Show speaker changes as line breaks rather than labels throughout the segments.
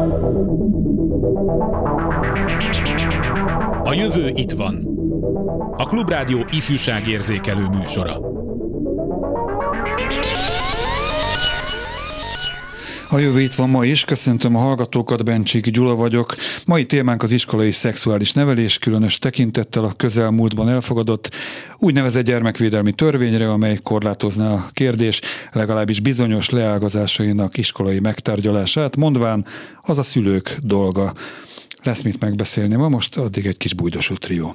A jövő itt van. A Klubrádió ifjúságérzékelő műsora.
A jövő itt van ma is, köszöntöm a hallgatókat, Bencsik Gyula vagyok. Mai témánk az iskolai szexuális nevelés, különös tekintettel a közelmúltban elfogadott úgynevezett gyermekvédelmi törvényre, amely korlátozná a kérdés legalábbis bizonyos leágazásainak iskolai megtárgyalását, mondván az a szülők dolga. Lesz mit megbeszélni ma, most addig egy kis bújdosó trió.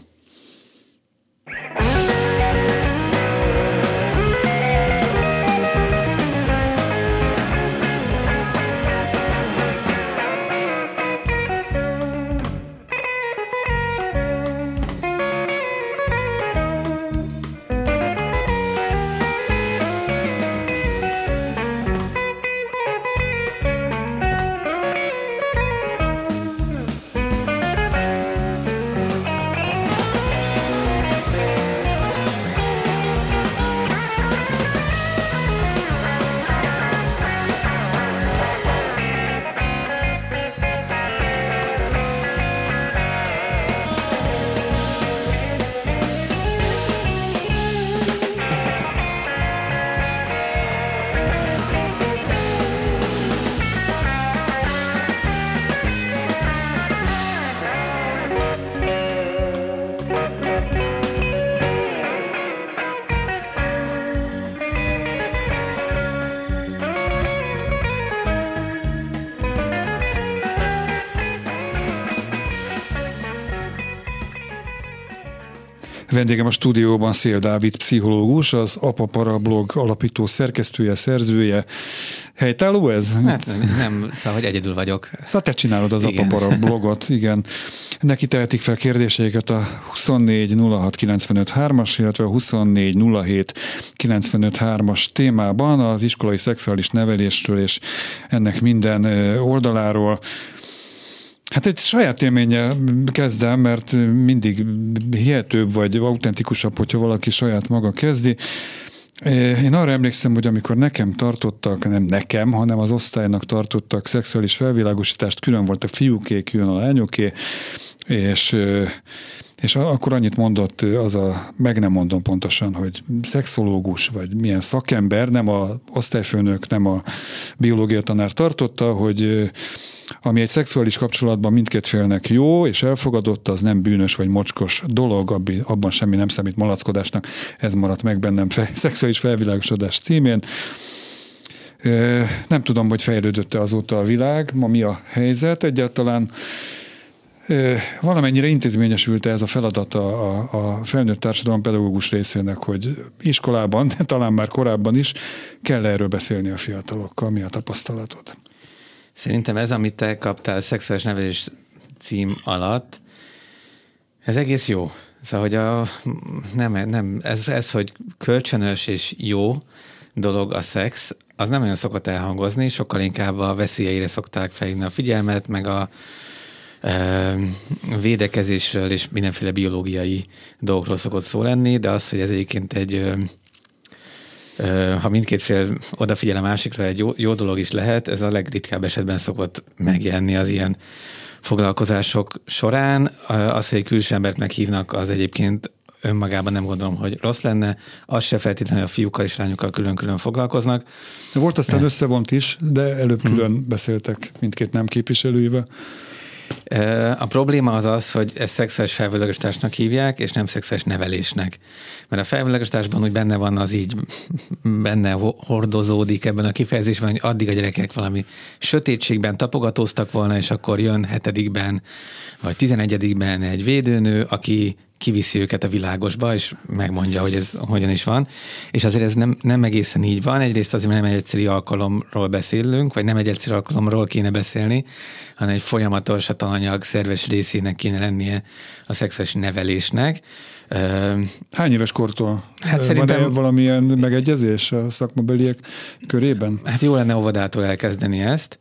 Vendégem a stúdióban Szél Dávid pszichológus, az Apapara blog alapító szerkesztője, szerzője. Helytálló ez?
Hát nem, szóval, hogy egyedül vagyok.
Szóval te csinálod az Apapara blogot, igen. Neki tehetik fel kérdéseiket a 24 06 95 3-as, illetve a 24 07 95 3-as témában az iskolai szexuális nevelésről és ennek minden oldaláról. Hát egy saját élménnyel kezdem, mert mindig hihetőbb vagy autentikusabb, hogyha valaki saját maga kezdi. Én arra emlékszem, hogy amikor nekem tartottak, nem nekem, hanem az osztálynak tartottak szexuális felvilágosítást, külön volt a fiúké, külön a lányoké, és akkor annyit mondott meg nem mondom pontosan, hogy szexológus, vagy milyen szakember, nem a osztályfőnök, nem a biológia tanár tartotta, hogy ami egy szexuális kapcsolatban mindkét félnek jó és elfogadott, az nem bűnös vagy mocskos dolog, abban semmi nem számít malackodásnak. Ez maradt meg bennem szexuális felvilágosodás címén. Nem tudom, hogy fejlődött-e azóta a világ, ma mi a helyzet egyáltalán. Valamennyire intézményesült ez a feladata a felnőtt társadalom pedagógus részének, hogy iskolában, de talán már korábban is kell erről beszélni a fiatalokkal. Mi a tapasztalatod?
Szerintem ez, amit te kaptál szexuális nevelés cím alatt, ez egész jó. Szóval, hogy ez, hogy kölcsönös és jó dolog a szex, az nem olyan szokott elhangozni, sokkal inkább a veszélyeire szokták felhívni a figyelmet, meg a védekezésről és mindenféle biológiai dolgokról szokott szó lenni, de az, hogy ez egyébként ha mindkét fél odafigyel a másikra, egy jó dolog is lehet, ez a legritkább esetben szokott megjelenni az ilyen foglalkozások során. Az, hogy egy külső embert meghívnak, az egyébként önmagában nem gondolom, hogy rossz lenne. Az se feltétlenül, a fiúkkal és lányokkal külön-külön foglalkoznak.
De volt aztán összevont is, de előbb külön beszéltek mindkét nem képviselőivel.
A probléma az, hogy ezt szexuális felvilágosításnak hívják, és nem szexuális nevelésnek. Mert a felvilágosításban úgy benne van, az így benne hordozódik ebben a kifejezésben, hogy addig a gyerekek valami sötétségben tapogatóztak volna, és akkor jön 7-ben vagy 11-ben egy védőnő, aki kiviszi őket a világosba, és megmondja, hogy ez hogyan is van. És azért ez nem egészen így van. Egyrészt azért, mert nem egy egyszerű alkalomról beszélünk, vagy nem egy egyszerű alkalomról kéne beszélni, hanem egy folyamatos, a tananyag szerves részének kéne lennie a szexuális nevelésnek.
Hány éves kortól?
Hát szerintem...
Van-e valamilyen megegyezés a szakmabeliek körében?
Hát jó lenne óvodától elkezdeni ezt,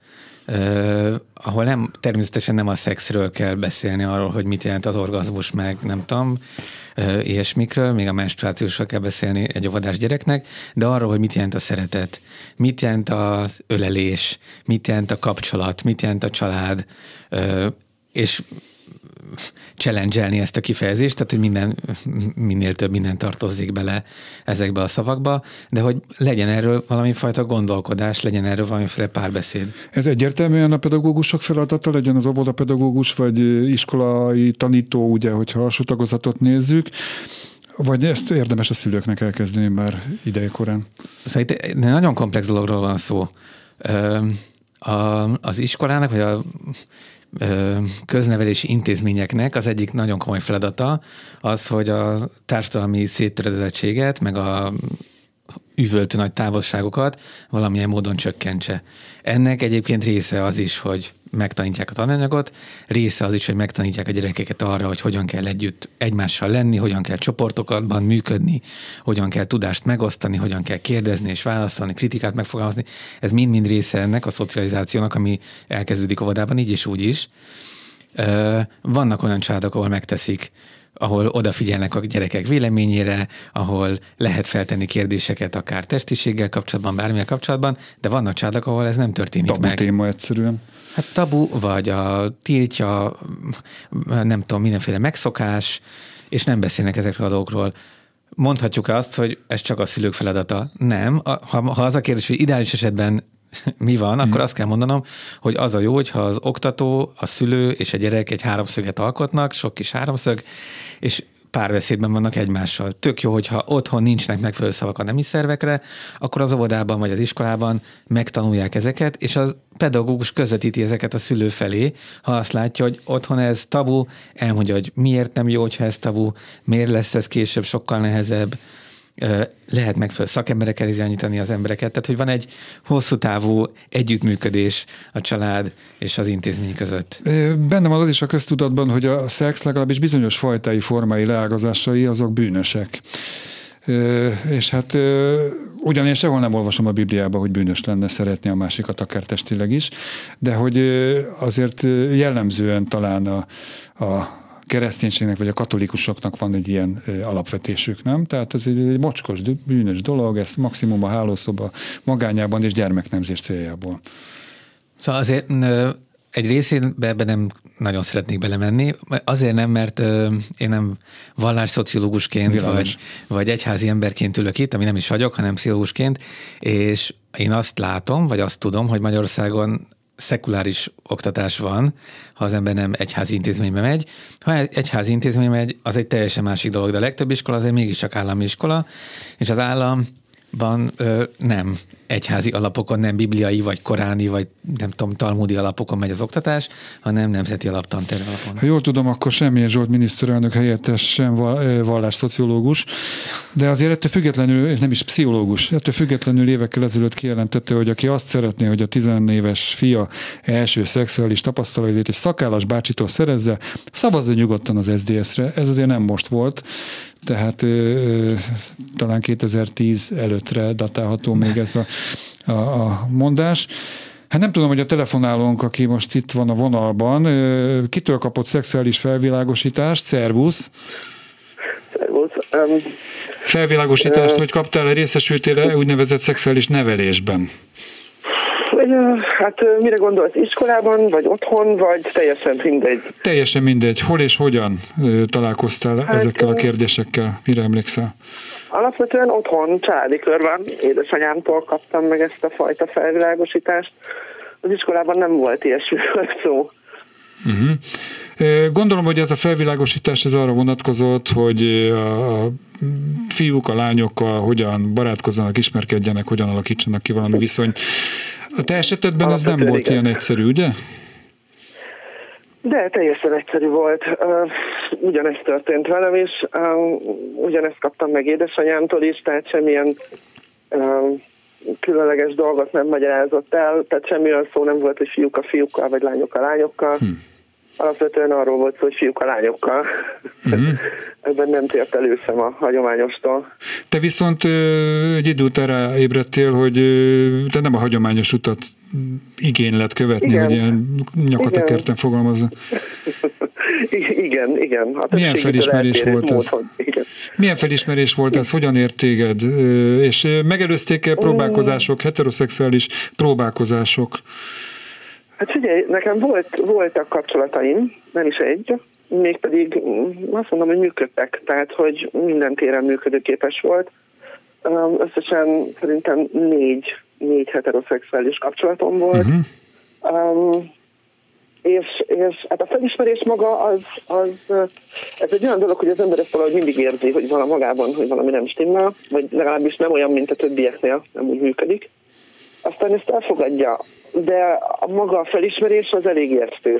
ahol természetesen nem a szexről kell beszélni, arról, hogy mit jelent az orgazmus, meg nem tudom, ilyesmikről, még a menstruációsról kell beszélni egy óvodás gyereknek, de arról, hogy mit jelent a szeretet, mit jelent az ölelés, mit jelent a kapcsolat, mit jelent a család, és challenge-elni ezt a kifejezést, tehát hogy minél több minden tartozzék bele ezekbe a szavakba, de hogy legyen erről valamifajta gondolkodás, legyen erről valamiféle párbeszéd.
Ez egyértelműen a pedagógusok feladata, legyen az óvodapedagógus, vagy iskolai tanító, ugye, hogyha a tagozatot nézzük, vagy ezt érdemes a szülőknek elkezdeni már idejekorán?
Szóval itt nagyon komplex dologról van szó. Az iskolának, vagy a köznevelési intézményeknek az egyik nagyon komoly feladata az, hogy a társadalmi széttöredezettséget, meg a üvöltő nagy távolságokat valamilyen módon csökkentse. Ennek egyébként része az is, hogy megtanítják a tananyagot, része az is, hogy megtanítják a gyerekeket arra, hogy hogyan kell együtt egymással lenni, hogyan kell csoportokban működni, hogyan kell tudást megosztani, hogyan kell kérdezni és válaszolni, kritikát megfogalmazni. Ez mind-mind része ennek a szocializációnak, ami elkezdődik óvodában, így és úgy is. Vannak olyan családok, ahol megteszik, ahol odafigyelnek a gyerekek véleményére, ahol lehet feltenni kérdéseket akár testiséggel kapcsolatban, bármilyen kapcsolatban, de vannak családok, ahol ez nem történik
tabu
meg.
Tabu téma egyszerűen.
Hát tabu, vagy a tiltja, nem tudom, mindenféle megszokás, és nem beszélnek ezekről a dolgokról. Mondhatjuk azt, hogy ez csak a szülők feladata? Nem. Ha az a kérdés, hogy ideális esetben mi van, akkor azt kell mondanom, hogy az a jó, hogyha az oktató, a szülő és a gyerek egy háromszöget alkotnak, sok kis háromszög, és párbeszédben vannak egymással. Tök jó, hogyha otthon nincsenek megfelelő szavak a nemi szervekre, akkor az óvodában vagy az iskolában megtanulják ezeket, és az pedagógus közvetíti ezeket a szülő felé, ha azt látja, hogy otthon ez tabu, elmondja, hogy miért nem jó, hogyha ez tabu, miért lesz ez később sokkal nehezebb, lehet megfelelő szakemberekkel irányítani az embereket, tehát hogy van egy hosszú távú együttműködés a család és az intézmény között.
Benne van az is a köztudatban, hogy a szex legalábbis bizonyos fajtái, formái, leágazásai azok bűnösek. És hát ugyan sehol nem olvasom a Bibliában, hogy bűnös lenne szeretni a másikat, akár testileg is, de hogy azért jellemzően talán a kereszténységnek vagy a katolikusoknak van egy ilyen alapvetésük, nem? Tehát ez egy mocskos, bűnös dolog, ez maximum a hálószoba magányában és gyermeknemzés céljából.
Szóval azért egy részében ebben nem nagyon szeretnék belemenni. Azért nem, mert én nem vallásszociológusként vagy egyházi emberként ülök itt, ami nem is vagyok, hanem pszichológusként, és én azt látom, vagy azt tudom, hogy Magyarországon szekuláris oktatás van, ha az ember nem egyházi intézménybe megy. Ha egyházi intézménybe megy, az egy teljesen másik dolog, de a legtöbb iskola azért mégis csak állami iskola, és az államban nem egyházi alapokon, nem bibliai, vagy koráni, vagy nem tudom, talmudi alapokon megy az oktatás, hanem nemzeti alaptanterv alapon. Ha
jól tudom, akkor semmilyen Zsolt miniszterelnök helyettes sem vallásszociológus, de azért ettől függetlenül, és nem is pszichológus, ettől függetlenül évekkel ezelőtt kijelentette, hogy aki azt szeretné, hogy a 10 éves fia első szexuális tapasztalatét egy szakállas bácsitól szerezze, szavazzon nyugodtan az SZDSZ-re. Ez azért nem most volt, tehát talán 2010 előttre datálható még ez a mondás. Hát nem tudom, hogy a telefonálónk, aki most itt van a vonalban, kitől kapott szexuális felvilágosítást? Szervusz!
Szervusz!
Felvilágosítást, vagy kaptál, részesültél úgynevezett szexuális nevelésben?
Hát mire gondolsz, iskolában, vagy otthon, vagy teljesen mindegy?
Teljesen mindegy. Hol és hogyan találkoztál ezekkel a kérdésekkel? Mire emlékszel?
Alapvetően otthon, családi körben, édesanyámtól kaptam meg ezt a fajta felvilágosítást. Az iskolában nem volt ilyesmiről szó.
Gondolom, hogy ez a felvilágosítás ez arra vonatkozott, hogy a fiúk a lányokkal hogyan barátkozzanak, ismerkedjenek, hogyan alakítsanak ki valami viszony. A te esetedben ez nem volt ilyen egyszerű, ugye?
De teljesen egyszerű volt. Ugyanezt történt velem is. Ugyanezt kaptam meg édesanyámtól is, tehát semmilyen különleges dolgot nem magyarázott el, tehát semmi olyan szó nem volt, hogy fiúk a fiúkkal, vagy lányok a lányokkal. Alapvetően arról volt szó, hogy fiúk a lányokkal. Ebben nem tért előszem a hagyományostól.
Te viszont egy idő után ráébredtél, hogy te nem a hagyományos utat igényled követni, igen, hogy ilyen nyakatekerten fogalmazza.
Igen.
Milyen felismerés volt ez? Milyen felismerés volt ez? Hogyan ért téged? És megelőzték-e próbálkozások, heteroszexuális próbálkozások?
Hát figyelj, nekem voltak kapcsolataim, nem is egy, mégpedig azt mondom, hogy működtek, tehát hogy minden téren működőképes volt. Összesen szerintem négy heteroszexuális kapcsolatom volt. És hát a felismerés maga ez egy olyan dolog, hogy az ember ezt valahogy mindig érzi, hogy magában, hogy valami nem stimmel, vagy legalábbis nem olyan, mint a többieknél, nem úgy működik. Aztán ezt elfogadja, de maga a felismerés az elég értő.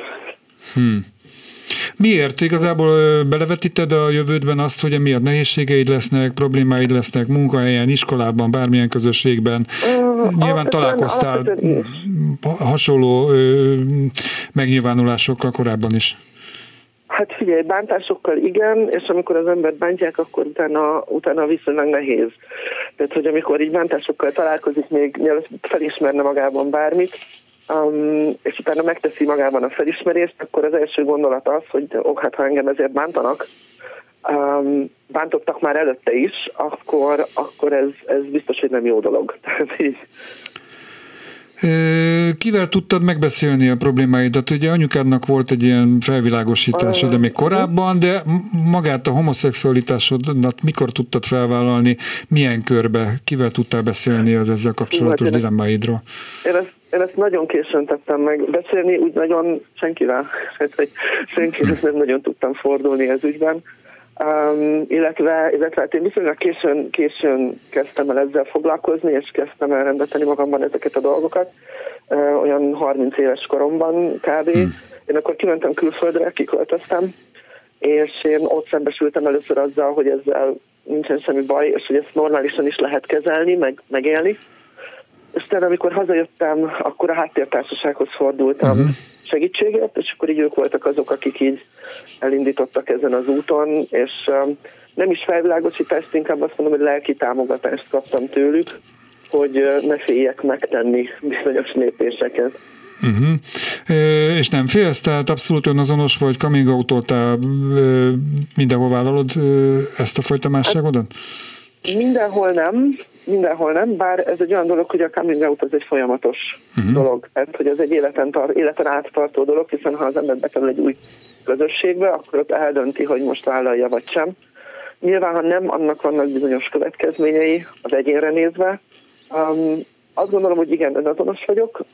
Miért? Igazából belevetíted a jövődben azt, hogy miért nehézségeid lesznek, problémáid lesznek munkahelyen, iskolában, bármilyen közösségben? Nyilván találkoztál hasonló megnyilvánulásokkal korábban is.
Hát figyelj, bántásokkal igen, és amikor az embert bántják, akkor utána viszonylag nehéz. Tehát, hogy amikor így bántásokkal találkozik, még mielőtt felismerne magában bármit, és utána megteszi magában a felismerést, akkor az első gondolat az, hogy hát ha engem ezért bántanak, bántottak már előtte is, akkor ez biztos, hogy nem jó dolog. Tehát így.
Kivel tudtad megbeszélni a problémáidat? Ugye anyukádnak volt egy ilyen felvilágosítása, de még korábban, de magát a homoszexualitásodat mikor tudtad felvállalni? Milyen körbe? Kivel tudtál beszélni az ezzel kapcsolatos dilemmáidról?
Én ezt nagyon későn tettem meg beszélni, úgy nagyon senkivel. Senkivel nem nagyon tudtam fordulni ez ügyben. Illetve hát én viszonylag későn kezdtem el ezzel foglalkozni, és kezdtem el rendbe tenni magamban ezeket a dolgokat, olyan 30 éves koromban kb. Én akkor kimentem külföldre, kiköltöztem, és én ott szembesültem először azzal, hogy ezzel nincsen semmi baj, és hogy ezt normálisan is lehet kezelni, megélni. És utána, amikor hazajöttem, akkor a háttértársasághoz fordultam segítségért, és akkor így ők voltak azok, akik így elindítottak ezen az úton, és nem is felvilágosítást, inkább azt mondom, hogy lelki támogatást kaptam tőlük, hogy ne féljek megtenni bizonyos lépéseket.
És nem félsz? Tehát abszolút önazonos vagy, coming out-oltál, mindenhol vállalod ezt a fajta másságodat? Mindenhol nem, bár ez egy olyan dolog, hogy a coming out az egy folyamatos dolog, tehát hogy ez egy életen át tartó dolog, hiszen ha az ember bekerül egy új közösségbe, akkor ott eldönti, hogy most vállalja vagy sem. Nyilván, ha nem, annak vannak bizonyos következményei az egyénre nézve. Azt gondolom, hogy igen, önazonos vagyok,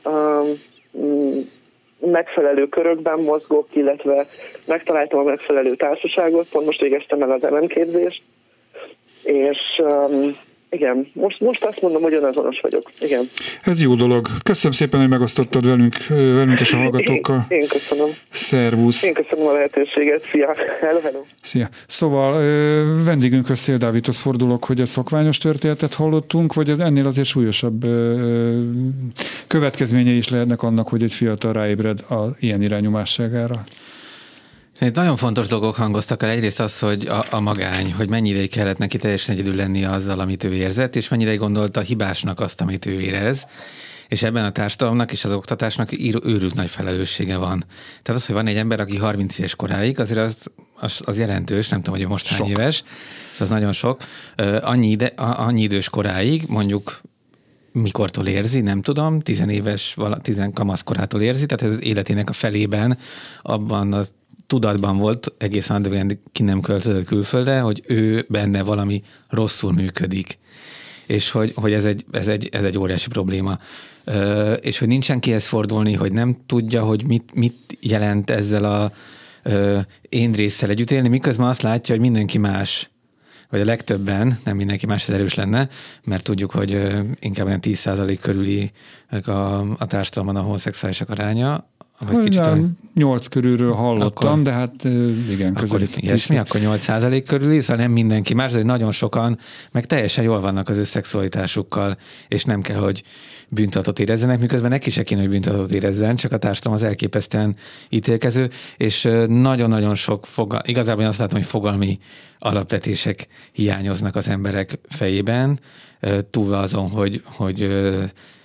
megfelelő körökben mozgok, illetve megtaláltam a megfelelő társaságot, pont most végeztem el az MM-képzést, és igen, most azt mondom, hogy önazonos vagyok. Igen. Ez jó dolog. Köszönöm szépen, hogy megosztottad velünk és a hallgatókkal.
Én köszönöm.
Szervusz.
Én köszönöm a lehetőséget. Szia. Hello.
Szia. Szóval vendégünkhöz Szél Dávidhoz fordulok, hogy egy szokványos történetet hallottunk, vagy ennél azért súlyosabb következményei is lehetnek annak, hogy egy fiatal ráébred ilyen irányú másságára?
Nagyon fontos dolgok hangoztak el. Egyrészt az, hogy a magány, hogy mennyi ideig kellett neki teljesen egyedül lenni azzal, amit ő érzett, és mennyi ideig gondolta hibásnak azt, amit ő érez. És ebben a társadalomnak és az oktatásnak őrült nagy felelőssége van. Tehát az, hogy van egy ember, aki 30 éves koráig, azért az jelentős, nem tudom, hogy most hány éves, az nagyon sok. Annyi idős koráig, mondjuk mikortól érzi, nem tudom, 10 kamaszkorától érzi, tehát az életének a felében abban az tudatban volt egészen addig ki nem költözött külföldre, hogy ő benne valami rosszul működik. És hogy ez egy óriási probléma. És hogy nincsen kihez fordulni, hogy nem tudja, hogy mit jelent ezzel a én résszel együtt élni, miközben azt látja, hogy mindenki más, vagy a legtöbben, nem mindenki más, ez erős lenne, mert tudjuk, hogy inkább olyan 10% körüli a társadalomban a homoszexuálisak aránya, vagy kicsit
8 körülről hallottam, akkor, de hát igen,
közelített. Akkor 8% körül, szóval nem mindenki más, de nagyon sokan meg teljesen jól vannak az ő szexualitásukkal, és nem kell, hogy bűntudatot érezzenek, miközben neki se kéne, hogy bűntudatot érezzen, csak a társadalom az elképesztően ítélkező, és nagyon-nagyon sok igazából azt látom, hogy fogalmi alapvetések hiányoznak az emberek fejében, túl azon, hogy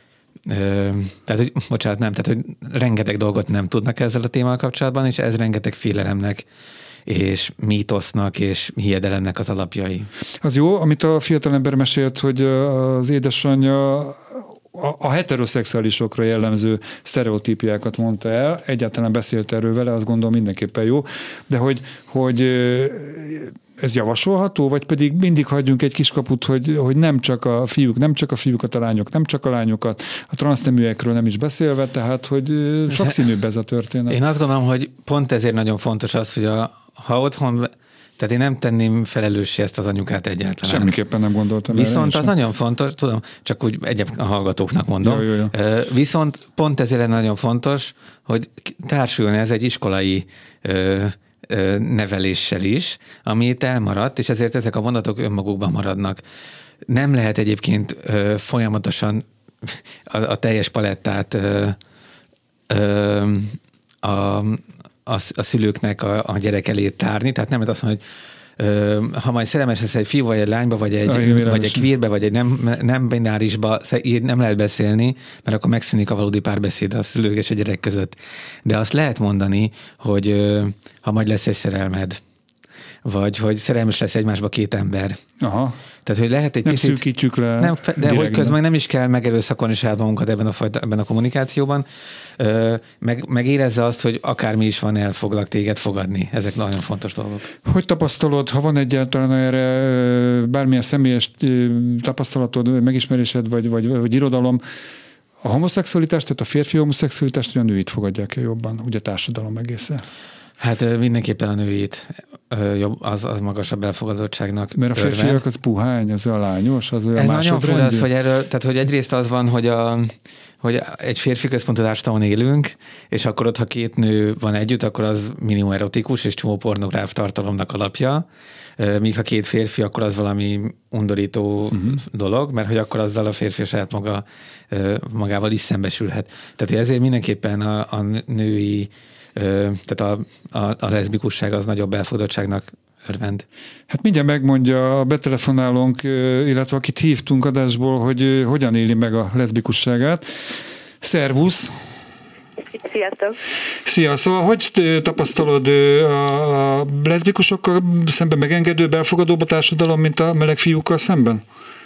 tehát, hogy rengeteg dolgot nem tudnak ezzel a témával kapcsolatban, és ez rengeteg félelemnek és mítosznak és hiedelemnek az alapjai.
Az jó, amit a fiatalember mesélt, hogy az édesanyja a heteroszexuálisokra jellemző sztereotípiákat mondta el, egyáltalán beszélt erről vele, azt gondolom mindenképpen jó, de hogy ez javasolható, vagy pedig mindig hagyjunk egy kiskaput, hogy nem csak a fiúkat, a lányok, nem csak a lányokat, a transzneműekről nem is beszélve, tehát hogy sokszínűbb ez a történet.
Én azt gondolom, hogy pont ezért nagyon fontos az, hogy ha otthon, tehát én nem tenném felelőssé ezt az anyukát egyáltalán.
Semmiképpen nem gondoltam.
Viszont az nagyon fontos, tudom, csak úgy a hallgatóknak mondom,
jó.
Viszont pont ezért nagyon fontos, hogy társuljon ez egy iskolai neveléssel is, ami itt elmaradt, és ezért ezek a vonatok önmagukban maradnak. Nem lehet egyébként folyamatosan a teljes palettát a szülőknek a gyerek elé tárni, tehát nem lehet azt mondani, hogy ha majd szerelmes lesz egy fiú, vagy egy lányba, vagy egy queerbe, vagy egy nem binárisba, nem lehet beszélni, mert akkor megszűnik a valódi párbeszéd a szülők és a gyerek között. De azt lehet mondani, hogy ha majd lesz egy szerelmed, vagy hogy szerelmes lesz egymásba két ember. Aha. Tehát, hogy lehet egy
nem picit... szűkítjük le.
De hogy közben nem is kell megerőszakolni saját magunkat ebben a kommunikációban, meg érezze azt, hogy akármi is van, el foglak téged fogadni. Ezek nagyon fontos dolgok.
Hogy tapasztalod, ha van egyáltalán erre bármilyen személyes tapasztalatod, megismerésed, vagy irodalom, a homoszexualitást, tehát a férfi homoszexualitást, hogy a nőit fogadják jobban, ugye társadalom egészen?
Hát mindenképpen a nőit az magasabb elfogadottságnak.
Mert a férfiak az puhány, az a lányos, az olyan másodrendű.
Ez nagyon fura az, hogy erről, tehát hogy egyrészt az van, hogy egy férfi központú társadalomon élünk, és akkor ott, ha két nő van együtt, akkor az minimum erotikus és csomó pornográf tartalomnak alapja, míg ha két férfi, akkor az valami undorító dolog, mert hogy akkor azzal a férfi saját magával is szembesülhet. Tehát hogy ezért mindenképpen a női tehát a leszbikusság az nagyobb elfogadottságnak örvend.
Hát mindjárt megmondja a betelefonálónk, illetve akit hívtunk adásból, hogy hogyan éli meg a leszbikusságát. Szervusz!
Sziasztok!
Szia! Szóval hogy tapasztalod a leszbikusokkal szemben megengedőbb, elfogadóbb a társadalom, mint a meleg fiúkkal szemben?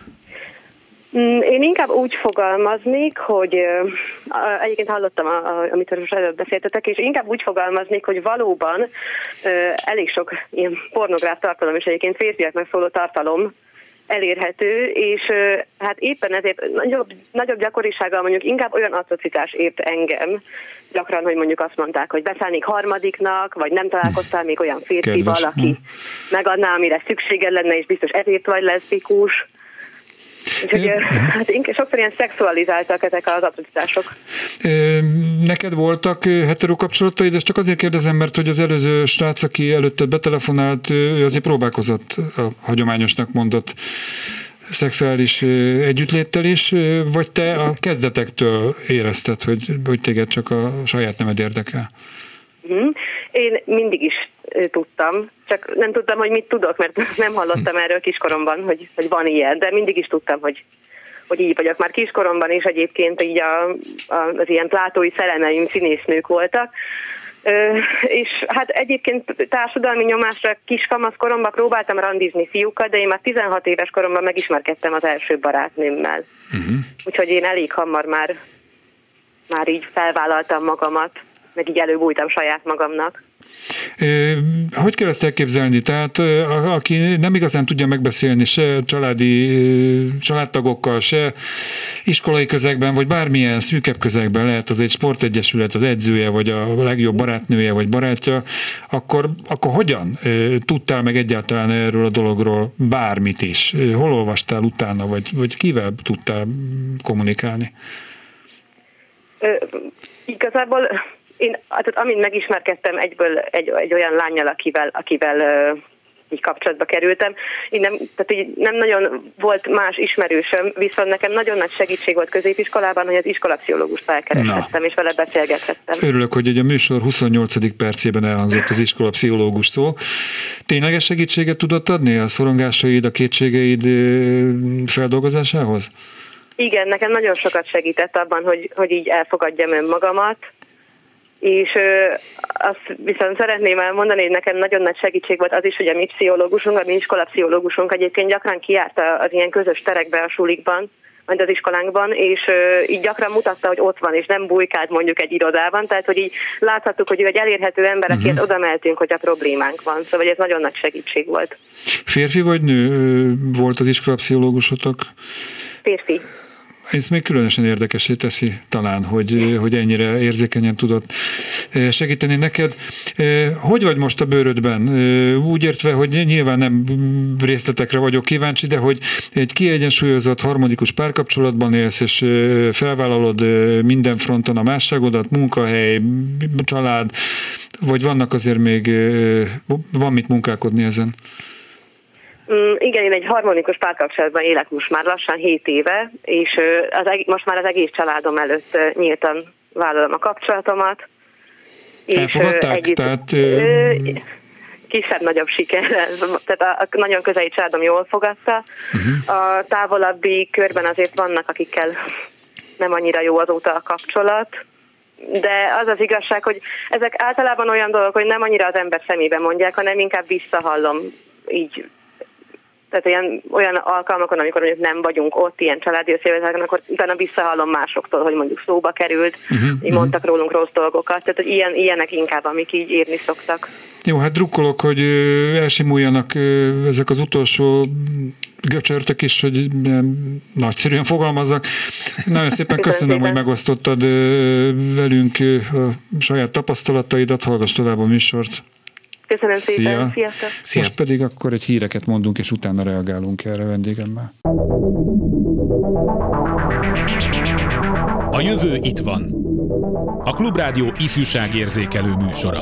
Én inkább úgy fogalmaznék, hogy egyébként hallottam, amit most előbb beszéltetek, és inkább úgy fogalmaznék, hogy valóban elég sok ilyen pornográf tartalom, és egyébként férfiaknak szóló tartalom elérhető, és hát éppen ezért nagyobb gyakorisággal mondjuk inkább olyan atrocitás ért engem, gyakran, hogy mondjuk azt mondták, hogy beszállnék harmadiknak, vagy nem találkoztál még olyan férfival, aki megadná, amire szükséged lenne, és biztos ezért vagy leszbikus. Úgyhogy hát sokszor ilyen szexualizáltak ezek az atrocitások.
Neked voltak hetero kapcsolataid? Ezt csak azért kérdezem, mert hogy az előző srác, aki előtted betelefonált, ő azért próbálkozott a hagyományosnak mondott szexuális együttléttel is, vagy te a kezdetektől érezted, hogy téged csak a saját nemed érdekel?
Én mindig is tudtam, csak nem tudtam, hogy mit tudok, mert nem hallottam erről kiskoromban, hogy van ilyen, de mindig is tudtam, hogy így vagyok. Már kiskoromban is egyébként így az ilyen plátói szerelmeim színésznők voltak, és hát egyébként társadalmi nyomásra kiskamasz koromban próbáltam randizni fiúkat, de én már 16 éves koromban megismerkedtem az első barátnőmmel. Úgyhogy én elég hamar már így felvállaltam magamat, meg így előbújtam saját magamnak.
Hogy kell ezt elképzelni? Tehát aki nem igazán tudja megbeszélni se családtagokkal, se iskolai közegben, vagy bármilyen szűkebb közegben, lehet az egy sportegyesület, az edzője, vagy a legjobb barátnője, vagy barátja, akkor hogyan tudtál meg egyáltalán erről a dologról bármit is? Hol olvastál utána, vagy kivel tudtál kommunikálni?
Igazából én, amint megismerkedtem egyből egy olyan lánnyal, akivel így kapcsolatba kerültem, tehát így nem nagyon volt más ismerősöm, viszont nekem nagyon nagy segítség volt középiskolában, hogy az iskolapszichológust felkereshettem, és vele beszélgethettem.
Örülök, hogy a műsor 28. percében elhangzott az iskolapszichológus szó. Tényleges segítséget tudott adni a szorongásaid, a kétségeid feldolgozásához?
Igen, nekem nagyon sokat segített abban, hogy így elfogadjam önmagamat, és azt viszont szeretném elmondani, hogy nekem nagyon nagy segítség volt az is, hogy a mi pszichológusunk, a mi iskolapszichológusunk egyébként gyakran kijárt az ilyen közös terekbe a sulikban, majd az iskolánkban, és így gyakran mutatta, hogy ott van, és nem bujkált mondjuk egy irodában, tehát hogy így láthattuk, hogy ő egy elérhető ember, akihez oda mehetünk, hogy a problémánk van, szóval ez nagyon nagy segítség volt.
Férfi vagy nő volt az iskolapszichológusotok?
Férfi.
Ez még különösen érdekessé teszi talán, hogy ennyire érzékenyen tudott segíteni neked. Hogy vagy most a bőrödben? Úgy értve, hogy nyilván nem részletekre vagyok kíváncsi, de hogy egy kiegyensúlyozott harmonikus párkapcsolatban élsz, és felvállalod minden fronton a másságodat, munkahely, család, vagy vannak azért még, van mit munkálkodni ezen?
Igen, én egy harmonikus párkapcsolatban élek most már lassan 7 éve, és most már az egész családom előtt nyíltan vállalom a kapcsolatomat.
Elfogadták? Tehát...
Kisebb-nagyobb sikerrel, tehát a nagyon közeli családom jól fogadta. A távolabbi körben azért vannak, akikkel nem annyira jó azóta a kapcsolat, de az az igazság, hogy ezek általában olyan dolgok, hogy nem annyira az ember szemébe mondják, hanem inkább visszahallom így. Tehát olyan alkalmakon, amikor mondjuk nem vagyunk ott, ilyen családi összejöveteleken, akkor utána visszahallom másoktól, hogy mondjuk szóba került, így mondtak rólunk rossz dolgokat. Tehát hogy ilyenek inkább, amik így érni szoktak.
Jó, hát drukkolok, hogy elsimuljanak ezek az utolsó göcsörtök is, hogy nagyszerűen fogalmazzak. Nagyon szépen köszönöm, hogy megosztottad velünk a saját tapasztalataidat, hallgass tovább a műsort.
Köszönöm szépen, sziasztok!
Most pedig akkor egy híreket mondunk, és utána reagálunk erre vendégemmel.
A jövő itt van. A Klubrádió ifjúságérzékelő műsora.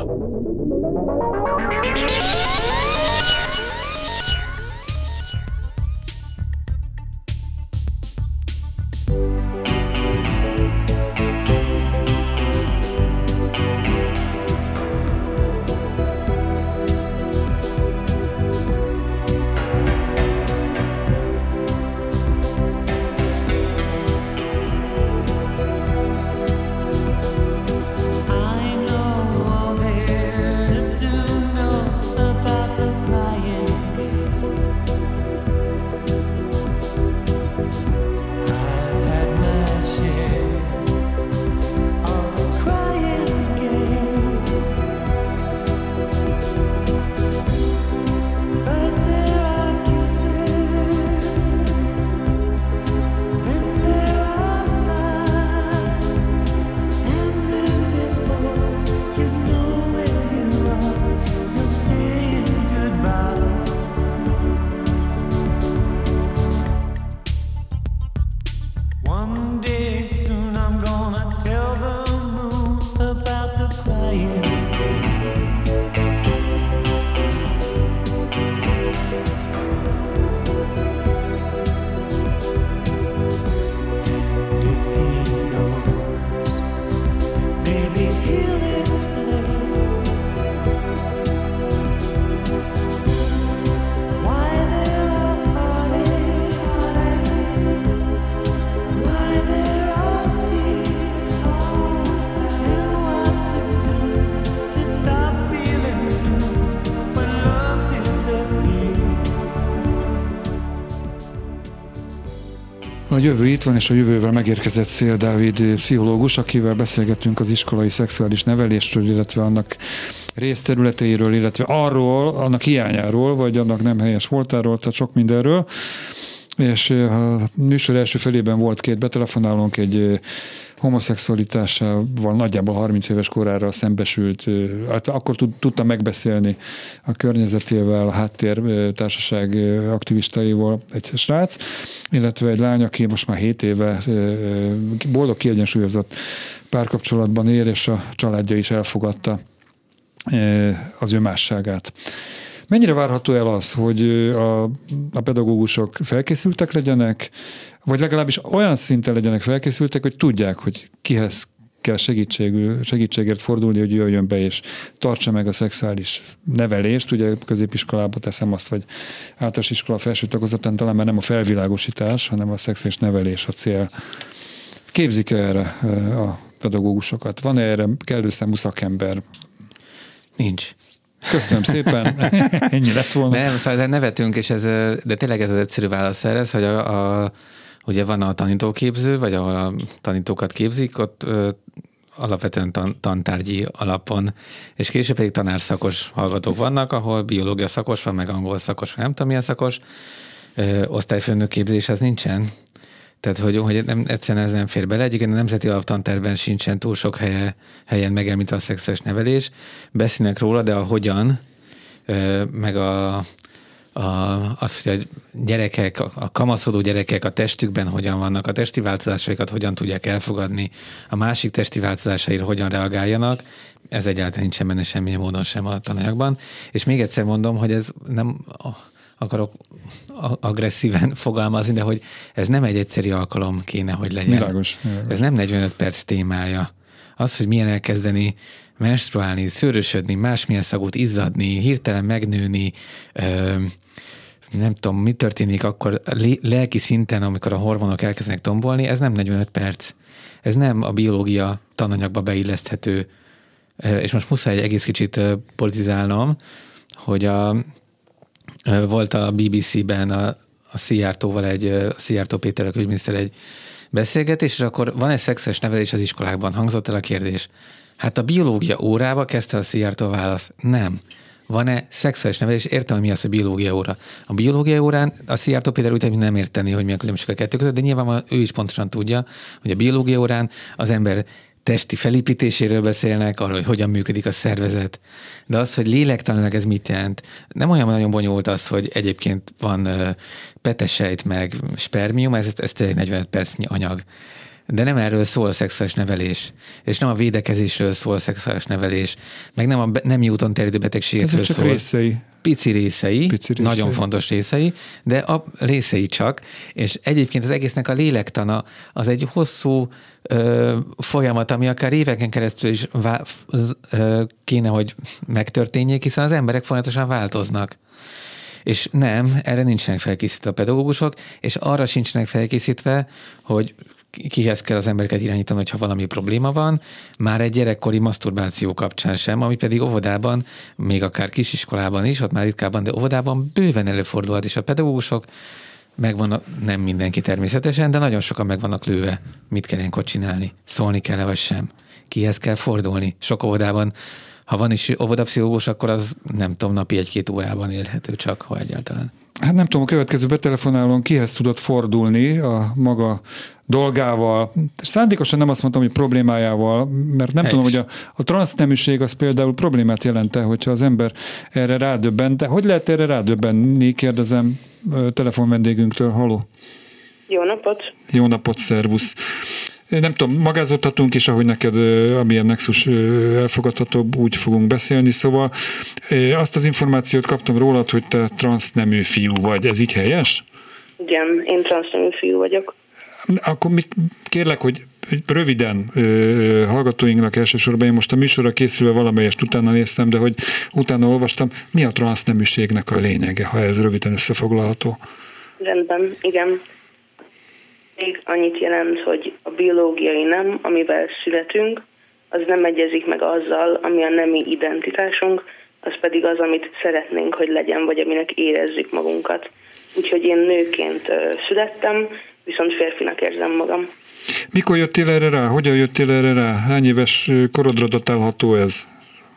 A jövő itt van, és a jövővel megérkezett Szél Dávid pszichológus, akivel beszélgetünk az iskolai szexuális nevelésről, illetve annak részterületeiről, illetve arról, annak hiányáról, vagy annak nem helyes voltáról, tehát sok mindenről. És a műsor első felében volt 2 betelefonálónk, egy homoszexualitásával nagyjából 30 éves korára szembesült, hát akkor tudta megbeszélni a környezetével, a háttértársaság aktivistaival egy srác, illetve egy lány, aki most már 7 éve boldog, kiegyensúlyozott párkapcsolatban él, és a családja is elfogadta az ő másságát. Mennyire várható el az, hogy a pedagógusok felkészültek legyenek, vagy legalábbis olyan szinten legyenek felkészültek, hogy tudják, hogy kihez kell segítségért fordulni, hogy jöjjön be és tartsa meg a szexuális nevelést. Ugye középiskolába teszem azt, vagy általános iskola felső tagozatán talán már nem a felvilágosítás, hanem a szexuális nevelés a cél. Képzik erre a pedagógusokat? Van erre kellő számú szakember?
Nincs.
Köszönöm szépen. Ennyi lett volna.
Nem, szóval nevetünk, de tényleg ez az egyszerű válasz erre, hogy ugye van a tanítóképző, vagy ahol a tanítókat képzik, ott alapvetően tantárgyi alapon, és később pedig tanárszakos hallgatók vannak, ahol biológia szakos van, meg angol szakos, vagy nem tudom milyen szakos, osztályfőnök képzés az nincsen. Tehát, hogy egyszerűen ez nem fér bele. Egyébként a nemzeti alaptantervben sincsen túl sok helyen megemlítve a szexuális nevelés. Beszélnek róla, de a hogyan, meg az, hogy a gyerekek, a kamaszodó gyerekek a testükben hogyan vannak, a testi változásaikat hogyan tudják elfogadni, a másik testi változásaira hogyan reagáljanak, ez egyáltalán nincsen benne semmilyen módon sem a tananyagban. És még egyszer mondom, hogy ez nem akarok agresszíven fogalmazni, de hogy ez nem egy egyszerű alkalom kéne, hogy legyen.
Világos.
Ez nem 45 perc témája. Az, hogy milyen elkezdeni menstruálni, szőrösödni, másmilyen szagot izzadni, hirtelen megnőni, nem tudom, mi történik akkor lelki szinten, amikor a hormonok elkezdenek tombolni, ez nem 45 perc. Ez nem a biológia tananyagba beilleszthető. És most muszáj egy egész kicsit politizálnom, hogy volt a BBC-ben a Szijjártóval Szijjártó Péter, a külügyminiszter egy beszélgetés, és akkor van egy szexuális nevelés az iskolákban, hangzott el a kérdés. Hát a biológia órába kezdte a Szijjártó válasz. Nem. Van-e szexuális nevelés? Értem, hogy mi az, hogy biológia óra. A biológia órán a Szijjártó Péter úgy nem érteni, hogy mi a különbség a kettő között, de nyilván ő is pontosan tudja, hogy a biológia órán az ember testi felépítéséről beszélnek, arról, hogy hogyan működik a szervezet. De az, hogy lélektanilag ez mit jelent, nem olyan nagyon bonyolult az, hogy egyébként van petesejt meg spermium, ez tényleg 40 percnyi anyag. De nem erről szól a szexuális nevelés, és nem a védekezésről szól a szexuális nevelés, meg nem a nem úton terjedő betegségekről
szól.
Ezek
csak részei.
Pici részei, nagyon fontos részei, de a részei csak, és egyébként az egésznek a lélektana az egy hosszú folyamat, ami akár éveken keresztül is kéne, hogy megtörténjék, hiszen az emberek folyamatosan változnak. És nem, erre nincsenek felkészítve a pedagógusok, és arra sincsenek felkészítve, hogy kihez kell az embereket irányítani, hogyha valami probléma van, már egy gyerekkori maszturbáció kapcsán sem, ami pedig óvodában, még akár kisiskolában is, ott már ritkábban, de óvodában bőven előfordulhat, és a pedagógusok megvannak, nem mindenki természetesen, de nagyon sokan meg vannak lőve. Mit kell ilyenkor csinálni? Szólni kell-e vagy sem? Kihez kell fordulni? Sok óvodában, ha van is óvodapszichológus, akkor az nem tudom, napi 1-2 órában élhető csak, ha egyáltalán.
Hát nem tudom, a következő betelefonálón kihez tudott fordulni a maga dolgával. Szándékosan nem azt mondtam, hogy problémájával, mert nem tudom, hogy a transzneműség az például problémát jelente, hogyha az ember erre rádöbben. De hogy lehet erre rádöbbenni, kérdezem telefonvendégünktől. Halló!
Jó napot!
Jó napot, szervusz! Nem tudom, magázothatunk is, ahogy neked amilyen nexus elfogadhatóbb, úgy fogunk beszélni, szóval azt az információt kaptam rólad, hogy te transznemű fiú vagy. Ez így helyes?
Igen, én transznemű fiú vagyok.
Akkor kérlek, hogy röviden hallgatóinknak elsősorban, én most a műsorra készülve valamelyest utána néztem, de hogy utána olvastam, mi a transzneműségnek a lényege, ha ez röviden összefoglalható?
Rendben, igen. Még annyit jelent, hogy a biológiai nem, amivel születünk, az nem egyezik meg azzal, ami a nemi identitásunk, az pedig az, amit szeretnénk, hogy legyen, vagy aminek érezzük magunkat. Úgyhogy én nőként születtem, viszont férfinak érzem magam.
Mikor jöttél erre rá? Hogyan jöttél erre rá? Hány éves korodra datálható ez?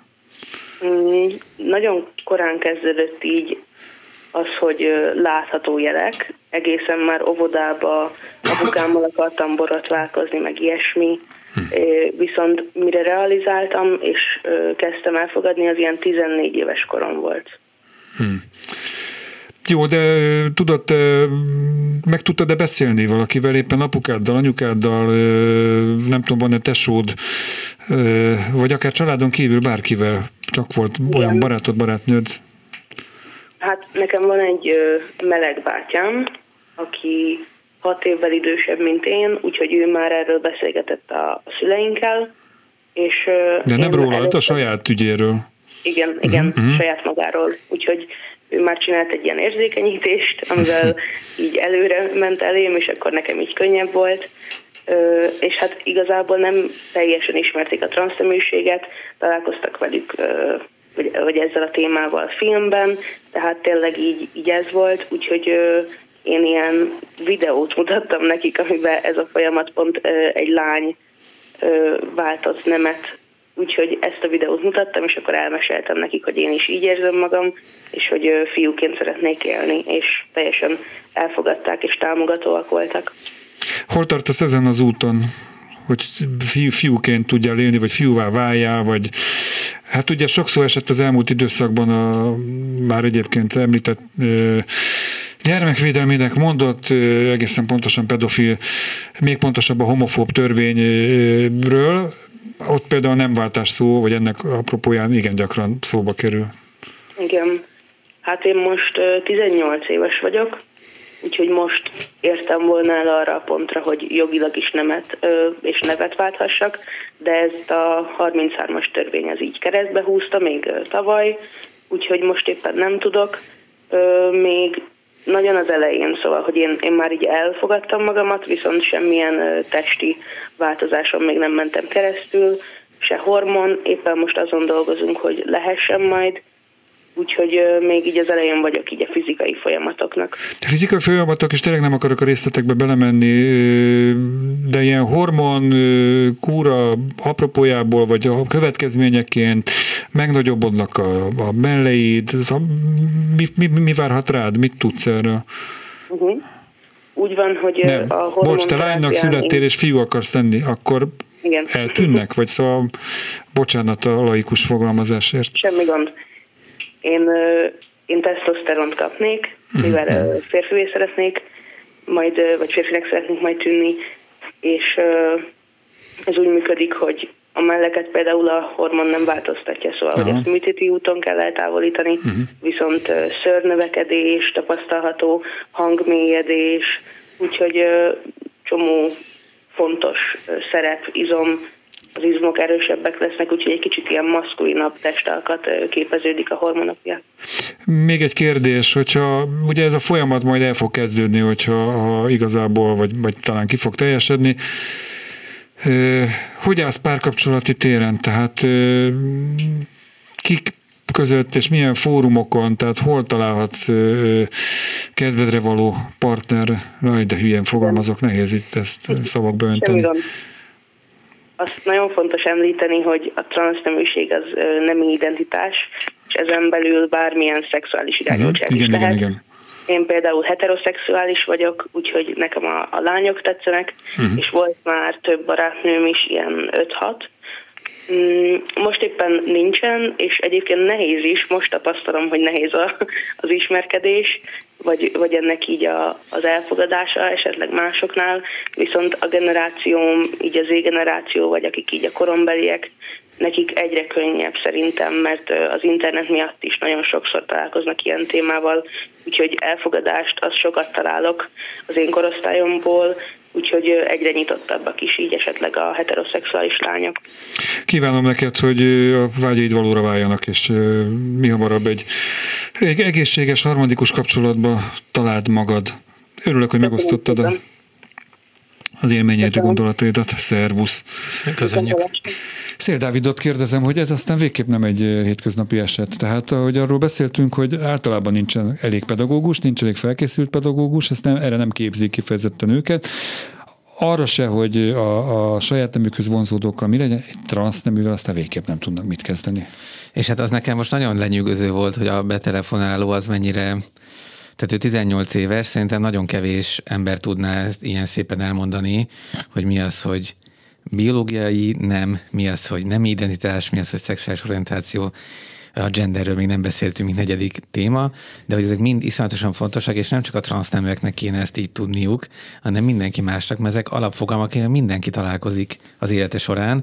Nagyon korán kezdődött így az, hogy látható jelek. Egészen már óvodába apukámmal akartam borotválkozni, meg ilyesmi. Viszont mire realizáltam, és kezdtem elfogadni, az ilyen 14 éves korom volt.
Jó, de meg tudtad-e beszélni valakivel, éppen apukáddal, anyukáddal, nem tudom, van-e tesód, vagy akár családon kívül bárkivel? Csak volt olyan barátod, barátnőd?
Hát nekem van egy meleg bátyám, aki 6 évvel idősebb, mint én, úgyhogy ő már erről beszélgetett a szüleinkkel,
De nem róla, a saját ügyéről.
Igen, saját magáról. Úgyhogy ő már csinált egy ilyen érzékenyítést, amivel így előre ment elém, és akkor nekem így könnyebb volt. És hát igazából nem teljesen ismerték a transzneműséget, találkoztak velük, vagy ezzel a témával filmben, tehát tényleg így ez volt, úgyhogy én ilyen videót mutattam nekik, amiben ez a folyamat pont egy lány váltott nemet, úgyhogy ezt a videót mutattam, és akkor elmeséltem nekik, hogy én is így érzem magam, és hogy fiúként szeretnék élni, és teljesen elfogadták és támogatóak voltak.
Hol tartasz ezen az úton, hogy fiúként tudjál élni, vagy fiúvá váljál, vagy hát ugye sokszor esett az elmúlt időszakban a már egyébként említett gyermekvédelmének mondott, egészen pontosan pedofil, még pontosabb a homofób törvényről, ott például nem váltás szó, vagy ennek apropóján igen gyakran szóba kerül.
Igen. Hát én most 18 éves vagyok, úgyhogy most értem volna el arra a pontra, hogy jogilag is nemet és nevet válthassak, de ezt a 33-as törvény az így keresztbe húzta még tavaly, úgyhogy most éppen nem tudok. Még nagyon az elején, szóval, hogy én már így elfogadtam magamat, viszont semmilyen testi változáson még nem mentem keresztül, se hormon, éppen most azon dolgozunk, hogy lehessen majd, úgyhogy még így az elején vagyok így a fizikai folyamatoknak.
A fizikai folyamatok, és tényleg nem akarok a részletekbe belemenni, de ilyen hormon kúra apropójából, vagy a következményeként megnagyobbodnak a melleid, mi várhat rád, mit tudsz erről?
Úgy van, hogy
nem.
A hormon...
Bocs, te lánynak születtél, és fiú akarsz lenni, akkor igen. Eltűnnek? Vagy szóval, bocsánat a laikus fogalmazásért.
Semmi gond. Én tesztoszteront kapnék, mivel férfivé szeretnék, vagy férfinek szeretnék majd tűnni, és ez úgy működik, hogy a melleket például a hormon nem változtatja, szóval hogy ezt műtéti úton kell eltávolítani, viszont szőrnövekedés tapasztalható, hangmélyedés, úgyhogy csomó fontos szerep, izom, az izmok erősebbek lesznek, úgyhogy egy kicsit ilyen maszkulinabb testalkat képeződik a hormonokja.
Még egy kérdés, hogyha ugye ez a folyamat majd el fog kezdődni, hogyha igazából, vagy talán ki fog teljesedni, hogy állsz párkapcsolati téren? Tehát kik között és milyen fórumokon, tehát hol találhatsz kedvedre való partner? De hülyen fogalmazok, nehéz itt ezt szavakba önteni.
Azt nagyon fontos említeni, hogy a transzneműség az nemi identitás, és ezen belül bármilyen szexuális irányultság is lehet. Igen. Én például heteroszexuális vagyok, úgyhogy nekem a lányok tetszenek, és volt már több barátnőm is, ilyen 5-6. Most éppen nincsen, és egyébként nehéz is, most tapasztalom, hogy nehéz az ismerkedés, vagy ennek így az elfogadása esetleg másoknál, viszont a generációm, így az Z-generáció, vagy akik így a korombeliek, nekik egyre könnyebb szerintem, mert az internet miatt is nagyon sokszor találkoznak ilyen témával, úgyhogy elfogadást azt sokat találok az én korosztályomból, úgyhogy egyre nyitottabbak is így esetleg a heteroszexuális lányok.
Kívánom neked, hogy a vágyaid valóra váljanak, és mi hamarabb egy egészséges, harmonikus kapcsolatba találd magad. Örülök, hogy megosztottad az élményeid, gondolataidat. Szervusz!
Köszönjük!
Szél Dávidot kérdezem, hogy ez aztán végképp nem egy hétköznapi eset. Tehát, ahogy arról beszéltünk, hogy általában nincsen elég pedagógus, nincs elég felkészült pedagógus, erre nem képzik kifejezetten őket. Arra se, hogy a saját nemükhöz vonzódókkal mi legyen, egy transzneművel aztán végképp nem tudnak mit kezdeni.
És hát az nekem most nagyon lenyűgöző volt, hogy a betelefonáló az mennyire... Tehát ő 18 éves, szerintem nagyon kevés ember tudná ezt ilyen szépen elmondani, hogy mi az, hogy biológiai nem, mi az, hogy nem identitás, mi az, hogy szexuális orientáció, a genderről még nem beszéltünk, mint negyedik téma, de hogy ezek mind iszonyatosan fontosak, és nem csak a transzneműeknek kéne ezt így tudniuk, hanem mindenki másnak, mert ezek alapfogalmak, mindenki találkozik az élete során.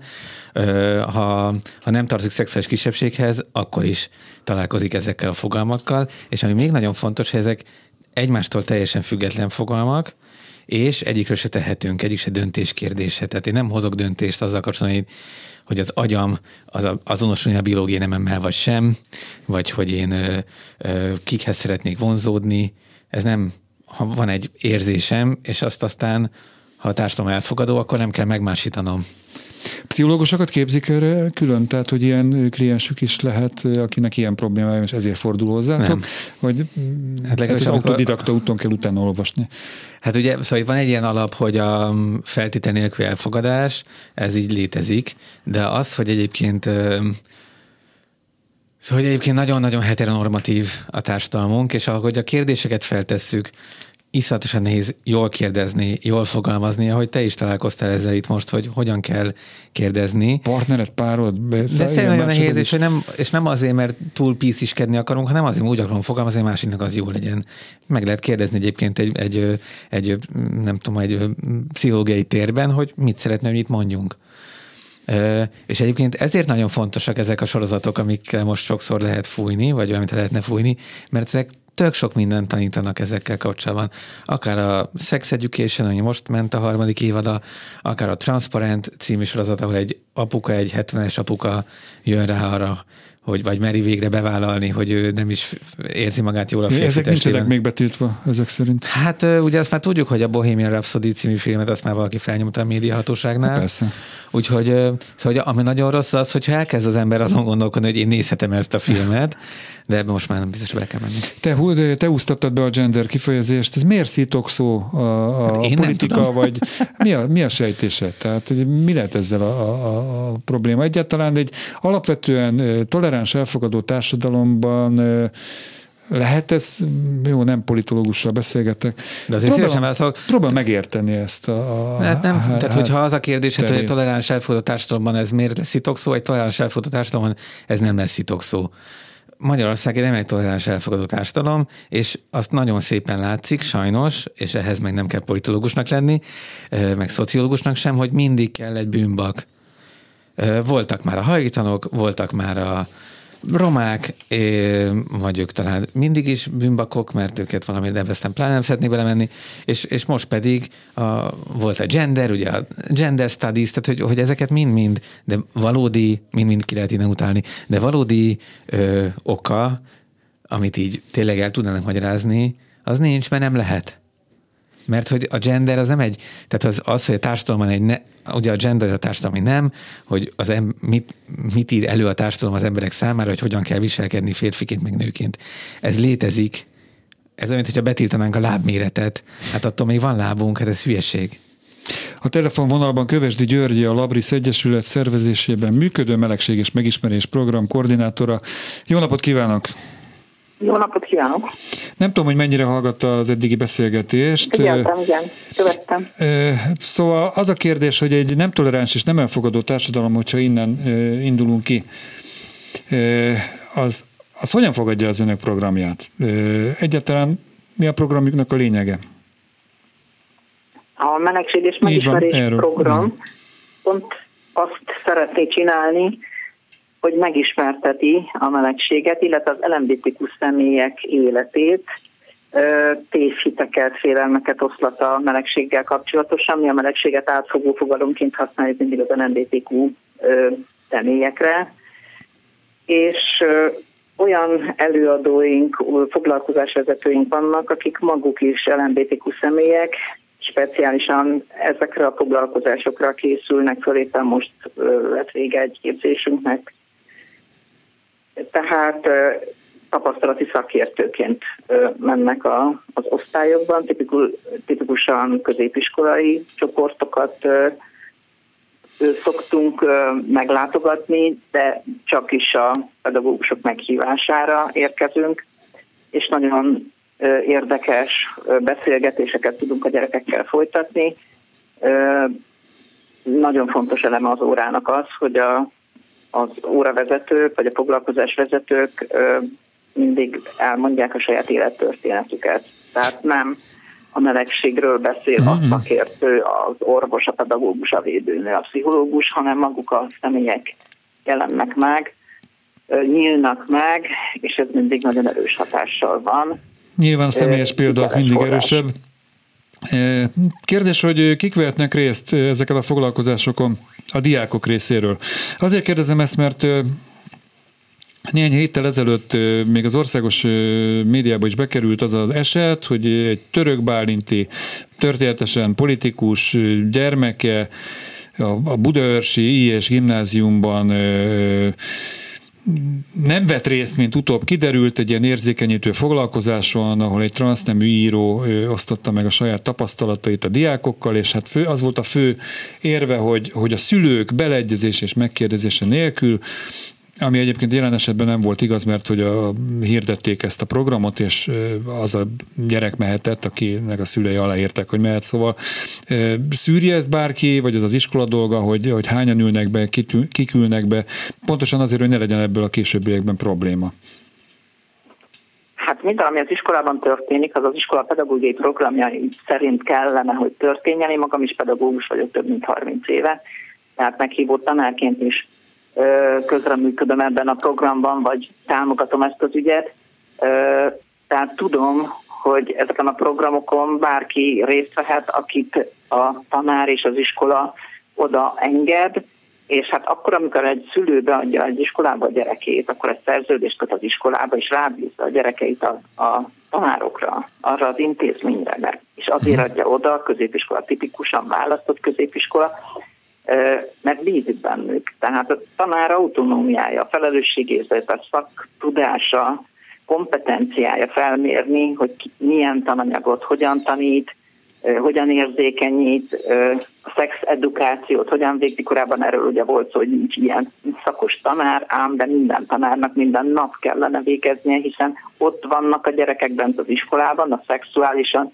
Ha nem tartozik szexuális kisebbséghez, akkor is találkozik ezekkel a fogalmakkal, és ami még nagyon fontos, hogy ezek egymástól teljesen független fogalmak, és egyikről se tehetünk, egyik se döntés kérdése. Tehát én nem hozok döntést azzal kapcsolatban, hogy az agyam azonosulni a biológiai nememmel vagy sem, vagy hogy én kikhez szeretnék vonzódni. Ez nem, ha van egy érzésem, és azt aztán, ha a társadalom elfogadó, akkor nem kell megmásítanom.
Pszichológusokat képzik erre külön? Tehát, hogy ilyen kliensük is lehet, akinek ilyen problémája, és ezért fordul hozzátok?
Nem.
Vagy hát ez autodidakta úton kell utána olvasni? Hát
ugye, szóval van egy ilyen alap, hogy a feltétel nélküli elfogadás, ez így létezik, de az, hogy egyébként nagyon-nagyon heteronormatív a társadalmunk, és ahogy a kérdéseket feltesszük, iszonyatosan nehéz jól kérdezni, jól fogalmazni, ahogy te is találkoztál ezzel itt most, hogy hogyan kell kérdezni.
Partnered, párod?
De szerintem nagyon nehéz, és nem azért, mert túl pisziskedni akarunk, hanem azért, mert úgy akarom fogalmazni, hogy másiknak az jó legyen. Meg lehet kérdezni egyébként egy pszichológiai térben, hogy mit szeretne, hogy mit mondjunk. És egyébként ezért nagyon fontosak ezek a sorozatok, amikkel most sokszor lehet fújni, vagy amit lehetne fújni, mert ezek tök sok mindent tanítanak ezekkel kapcsolatban. Akár a Sex Education, ami most ment a 3. évada, akár a Transparent című sorozat, ahol egy 70-es apuka jön rá arra, hogy vagy meri végre bevállalni, hogy ő nem is érzi magát jól a férfi
testében. Ezek nincsenek még betiltva, ezek szerint?
Hát ugye azt már tudjuk, hogy a Bohemian Rhapsody című filmet azt már valaki felnyomta a médiahatóságnál.
Persze.
Úgyhogy szóval, ami nagyon rossz az, hogyha elkezd az ember azon gondolkodni, hogy én nézhetem ezt a filmet, de ebben most már nem biztos, hogy bele kell menni.
Te húztattad be a gender kifejezést, ez miért szitokszó a politika, vagy mi a sejtése? Tehát mi lehet ezzel a probléma? Egyáltalán egy alapvetően toleráns elfogadó társadalomban lehet ez, jó, nem politológussal beszélgetek.
De azért szívesen válaszolok.
Próbál megérteni ezt
tehát hogyha az a kérdés, hogy egy toleráns elfogadó társadalomban ez miért lesz szitokszó, egy toleráns elfogadó társadalomban ez nem lesz szitokszó. Magyarország nem egy toleráns elfogadó társadalom, és azt nagyon szépen látszik, sajnos, és ehhez meg nem kell politológusnak lenni, meg szociológusnak sem, hogy mindig kell egy bűnbak. Voltak már a hajléktalanok, voltak már a romák, vagy ők talán mindig is bűnbakok, mert őket valami neveztem, pláne nem szeretnék belemenni, és most pedig volt a gender, ugye a gender studies, tehát hogy ezeket mind-mind, de valódi, mind-mind ki lehet innen utálni, de valódi oka, amit így tényleg el tudnának magyarázni, az nincs, mert nem lehet. Mert hogy a gender az nem egy, tehát az hogy a társadalomban ugye a gender a társadalmi nem, hogy mit ír elő a társadalom az emberek számára, hogy hogyan kell viselkedni férfiként meg nőként. Ez létezik. Ez olyan, hogyha betiltanánk a lábméretet. Hát attól még van lábunk, hát ez hülyeség.
A telefonvonalban Kövesdi Györgyi, a Labrisz Egyesület szervezésében működő melegség és megismerés program koordinátora. Jó napot kívánok!
Jó napot kívánok!
Nem tudom, hogy mennyire hallgatta az eddigi beszélgetést.
Figyeltem, igen, követtem.
Szóval az a kérdés, hogy egy nem toleráns és nem elfogadó társadalom, hogyha innen indulunk ki, az hogyan fogadja az önök programját? Egyáltalán mi a programjuknak a lényege?
A melegség és megismerés program pont azt szeretné csinálni, hogy megismerteti a melegséget, illetve az LMBTQ személyek életét, tévhiteket, félelmeket oszlat a melegséggel kapcsolatosan. Mi a melegséget átfogó fogalomként használjuk mindig az LMBTQ személyekre, és olyan előadóink, foglalkozásvezetőink vannak, akik maguk is LMBTQ személyek, speciálisan ezekre a foglalkozásokra készülnek föl, éppen most lett vége egy képzésünknek. Tehát tapasztalati szakértőként mennek az osztályokban, tipikusan középiskolai csoportokat szoktunk meglátogatni, de csak is a pedagógusok meghívására érkezünk, és nagyon érdekes beszélgetéseket tudunk a gyerekekkel folytatni. Nagyon fontos eleme az órának az, hogy az óravezetők vagy a foglalkozásvezetők mindig elmondják a saját élettörténetüket. Tehát nem a melegségről beszél a szakértő, az orvos, a pedagógus, a védőnő, a pszichológus, hanem maguk a személyek jelennek meg, nyílnak meg, és ez mindig nagyon erős hatással van.
Nyilván a személyes példa az mindig erősebb. Kérdés, hogy kik vehetnek részt ezeken a foglalkozásokon? a diákok részéről. Azért kérdezem ezt, mert néhány héttel ezelőtt még az országos médiába is bekerült az az eset, hogy egy török bálinti, történetesen politikus gyermeke a budaörsi I.S. gimnáziumban nem vett részt, mint utóbb kiderült, egy ilyen érzékenyítő foglalkozáson, ahol egy transznemű író osztotta meg a saját tapasztalatait a diákokkal, és hát az volt a fő érve, hogy a szülők beleegyezés és megkérdezése nélkül, ami egyébként jelen esetben nem volt igaz, mert hogy hirdették ezt a programot, és az a gyerek mehetett, akinek a szülei aláírták, hogy mehet. Szóval szűrje ezt bárki, vagy az iskola dolga, hogy hányan ülnek be, kik ülnek be, pontosan azért, hogy ne legyen ebből a későbbiekben probléma.
Hát minden, ami az iskolában történik, az az iskola pedagógiai programjai szerint kellene, hogy történjen. Én magam is pedagógus vagyok több mint 30 éve, tehát meghívott tanárként is közreműködöm ebben a programban, vagy támogatom ezt az ügyet. Tehát tudom, hogy ezeken a programokon bárki részt vehet, akit a tanár és az iskola oda enged, és hát akkor, amikor egy szülő beadja egy iskolába a gyerekét, akkor egy szerződést köt az iskolába, és rábízza a gyerekeit a tanárokra, arra az intézményre, és azért adja oda a középiskola, tipikusan választott középiskola, mert bízik bennük. Tehát a tanár autonómiája, felelősségérzete, szaktudása, kompetenciája felmérni, hogy milyen tananyagot hogyan tanít, hogyan érzékenyít, a szexedukációt hogyan végzi. Korábban erről ugye volt szó, hogy nincs ilyen szakos tanár, ám de minden tanárnak minden nap kellene végeznie, hiszen ott vannak a gyerekek bent az iskolában, a szexuálisan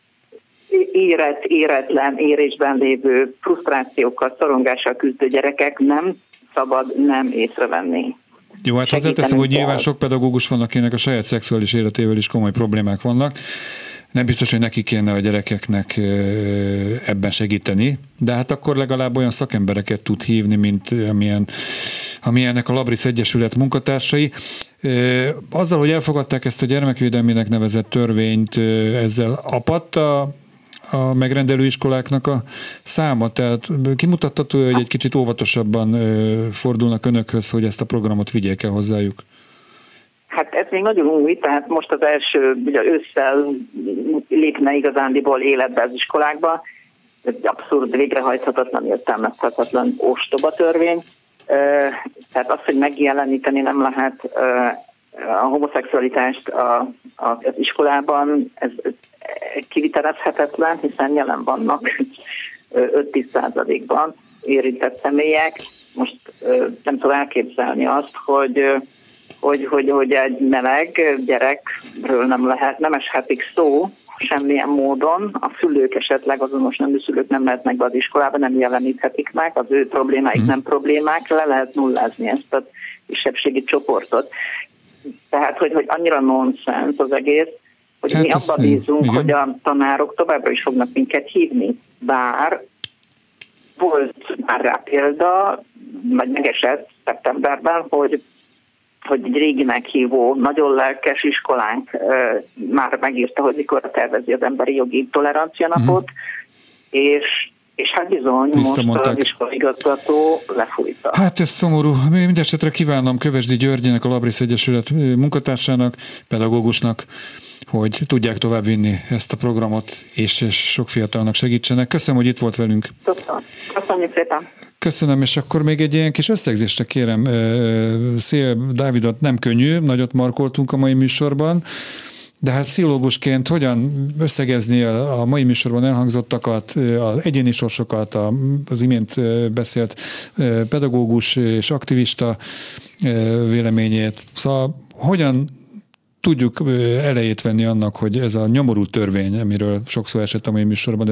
érett, éretlen, érésben lévő frusztrációkkal, szorongással küzdő gyerekek nem szabad nem észrevenni.
Jó, hát hozzáteszem, hogy nyilván sok pedagógus van, akinek a saját szexuális életével is komoly problémák vannak. Nem biztos, hogy neki kéne a gyerekeknek ebben segíteni, de hát akkor legalább olyan szakembereket tud hívni, mint amilyennek a Labrisz Egyesület munkatársai. Azzal, hogy elfogadták ezt a gyermekvédelmének nevezett törvényt, ezzel apadt a megrendelő iskoláknak a száma, tehát kimutatható, hogy egy kicsit óvatosabban fordulnak önökhöz, hogy ezt a programot vigyék el hozzájuk.
Hát ez még nagyon új, tehát most az első, ugye ősszel lépne igazándiból életbe az iskolákba, ez abszurd, végrehajthatatlan, értelmezhetetlen ostoba törvény. Tehát azt, hogy megjeleníteni nem lehet a homoszexualitást az iskolában, ez kivitelezhetetlen, hiszen jelen vannak 5-10%-ban érintett személyek. Most nem tudom elképzelni azt, hogy egy meleg gyerekről nem eshetik szó semmilyen módon. A szülők esetleg, azonos nemű szülők nem mehetnek be az iskolába, nem jeleníthetik meg, az ő problémáik nem problémák, le lehet nullázni ezt a kisebbségi csoportot. Tehát, hogy annyira nonsens az egész, hogy hát mi abba bízunk, hogy a tanárok továbbra is fognak minket hívni. Bár volt már rá példa, vagy megesett szeptemberben, hogy egy régi meghívó, nagyon lelkes iskolánk már megírta, hogy mikor tervezi az emberi jogi tolerancia napot, és hát bizony most az iskolaigazgató lefújta.
Hát ez szomorú. Mindenesetre kívánom Kövesdi Györgyének, a Labrisz Egyesület munkatársának, pedagógusnak, hogy tudják továbbvinni ezt a programot, és sok fiatalnak segítsenek. Köszönöm, hogy itt volt velünk.
Köszönjük szépen.
Köszönöm, és akkor még egy ilyen kis összegzésre kérem Szél Dávidot, nem könnyű, nagyot markoltunk a mai műsorban, de hát pszichológusként hogyan összegezni a mai műsorban elhangzottakat, az egyéni sorsokat, az imént beszélt pedagógus és aktivista véleményét. Szóval hogyan tudjuk elejét venni annak, hogy ez a nyomorult törvény, amiről sokszor esett a mai műsorban,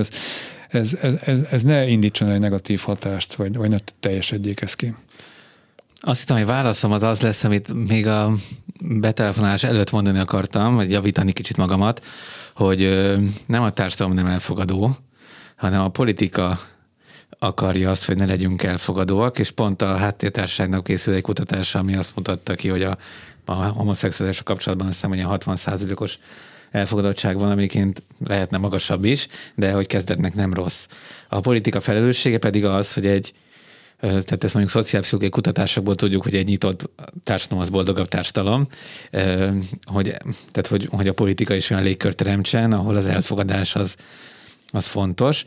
ez ne indítson egy negatív hatást, vagy ne teljesedjék ezt ki.
Azt hittem, hogy válaszom az lesz, amit még a betelefonálás előtt mondani akartam, vagy javítani kicsit magamat, hogy nem a társadalom nem elfogadó, hanem a politika akarja azt, hogy ne legyünk elfogadóak, és pont a háttértársaságnak készül egy kutatás, ami azt mutatta ki, hogy a homoszexuális kapcsolatban azt hiszem, hogy 60%-os elfogadottság van, amiként lehetne magasabb is, de hogy kezdetnek nem rossz. A politika felelőssége pedig az, hogy egy tehát ezt mondjuk szociálpszichológiai kutatásokból tudjuk, hogy egy nyitott társadalom az boldogabb társadalom, hogy a politika is olyan légkört teremtsen, ahol az elfogadás az fontos.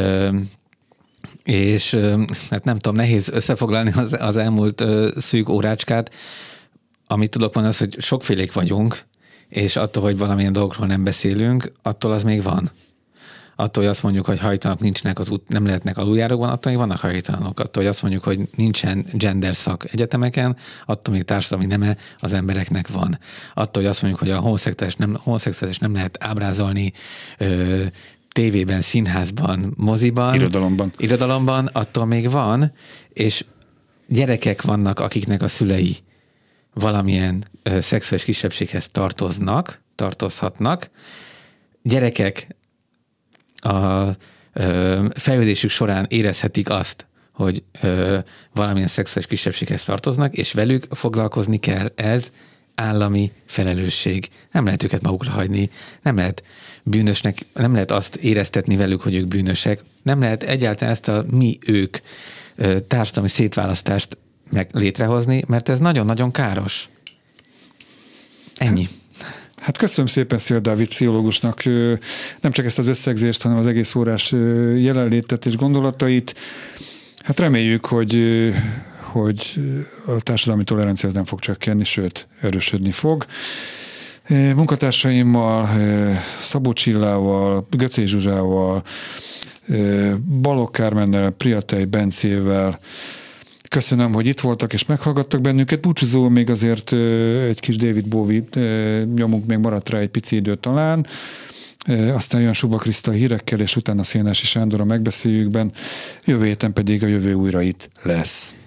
És hát nem tudom, nehéz összefoglalni az elmúlt szűk órácskát. Amit tudok mondani, az, hogy sokfélék vagyunk, és attól, hogy valamilyen dolgokról nem beszélünk, attól az még van. Attól, hogy azt mondjuk, hogy hajtalanok nincsenek nem lehetnek aluljárókban, attól még vannak hajtalanok. Attól, hogy azt mondjuk, hogy nincsen gender szak egyetemeken, attól még társadalmi neme az embereknek van. Attól, hogy azt mondjuk, hogy a homoszexuális nem lehet ábrázolni tévében, színházban, moziban, irodalomban, attól még van, és gyerekek vannak, akiknek a szülei valamilyen szexuális kisebbséghez tartozhatnak. Gyerekek a fejlődésük során érezhetik azt, hogy valamilyen szexuális kisebbséghez tartoznak, és velük foglalkozni kell. Ez állami felelősség. Nem lehet őket magukra hagyni, nem lehet bűnösnek, nem lehet azt éreztetni velük, hogy ők bűnösek, nem lehet egyáltalán ezt a mi-ők társadalmi szétválasztást létrehozni, mert ez nagyon-nagyon káros. Ennyi.
Hát köszönöm szépen Szél Dávid pszichológusnak nem csak ezt az összegzést, hanem az egész órás jelenlétet és gondolatait. Hát reméljük, hogy a társadalmi tolerancia ez nem fog csökkenni, sőt, erősödni fog. Munkatársaimmal, Szabó Csillával, Göcé Zsuzsával, Balogh Kármennel, Priatej Bencével köszönöm, hogy itt voltak és meghallgattak bennünket. Búcsúzó még azért egy kis David Bowie nyomunk, még maradt rá egy pici idő talán. Aztán jön Suba Kriszta hírekkel, és utána Szénási Sándorral megbeszéljükben. Jövő héten pedig a jövő újra itt lesz.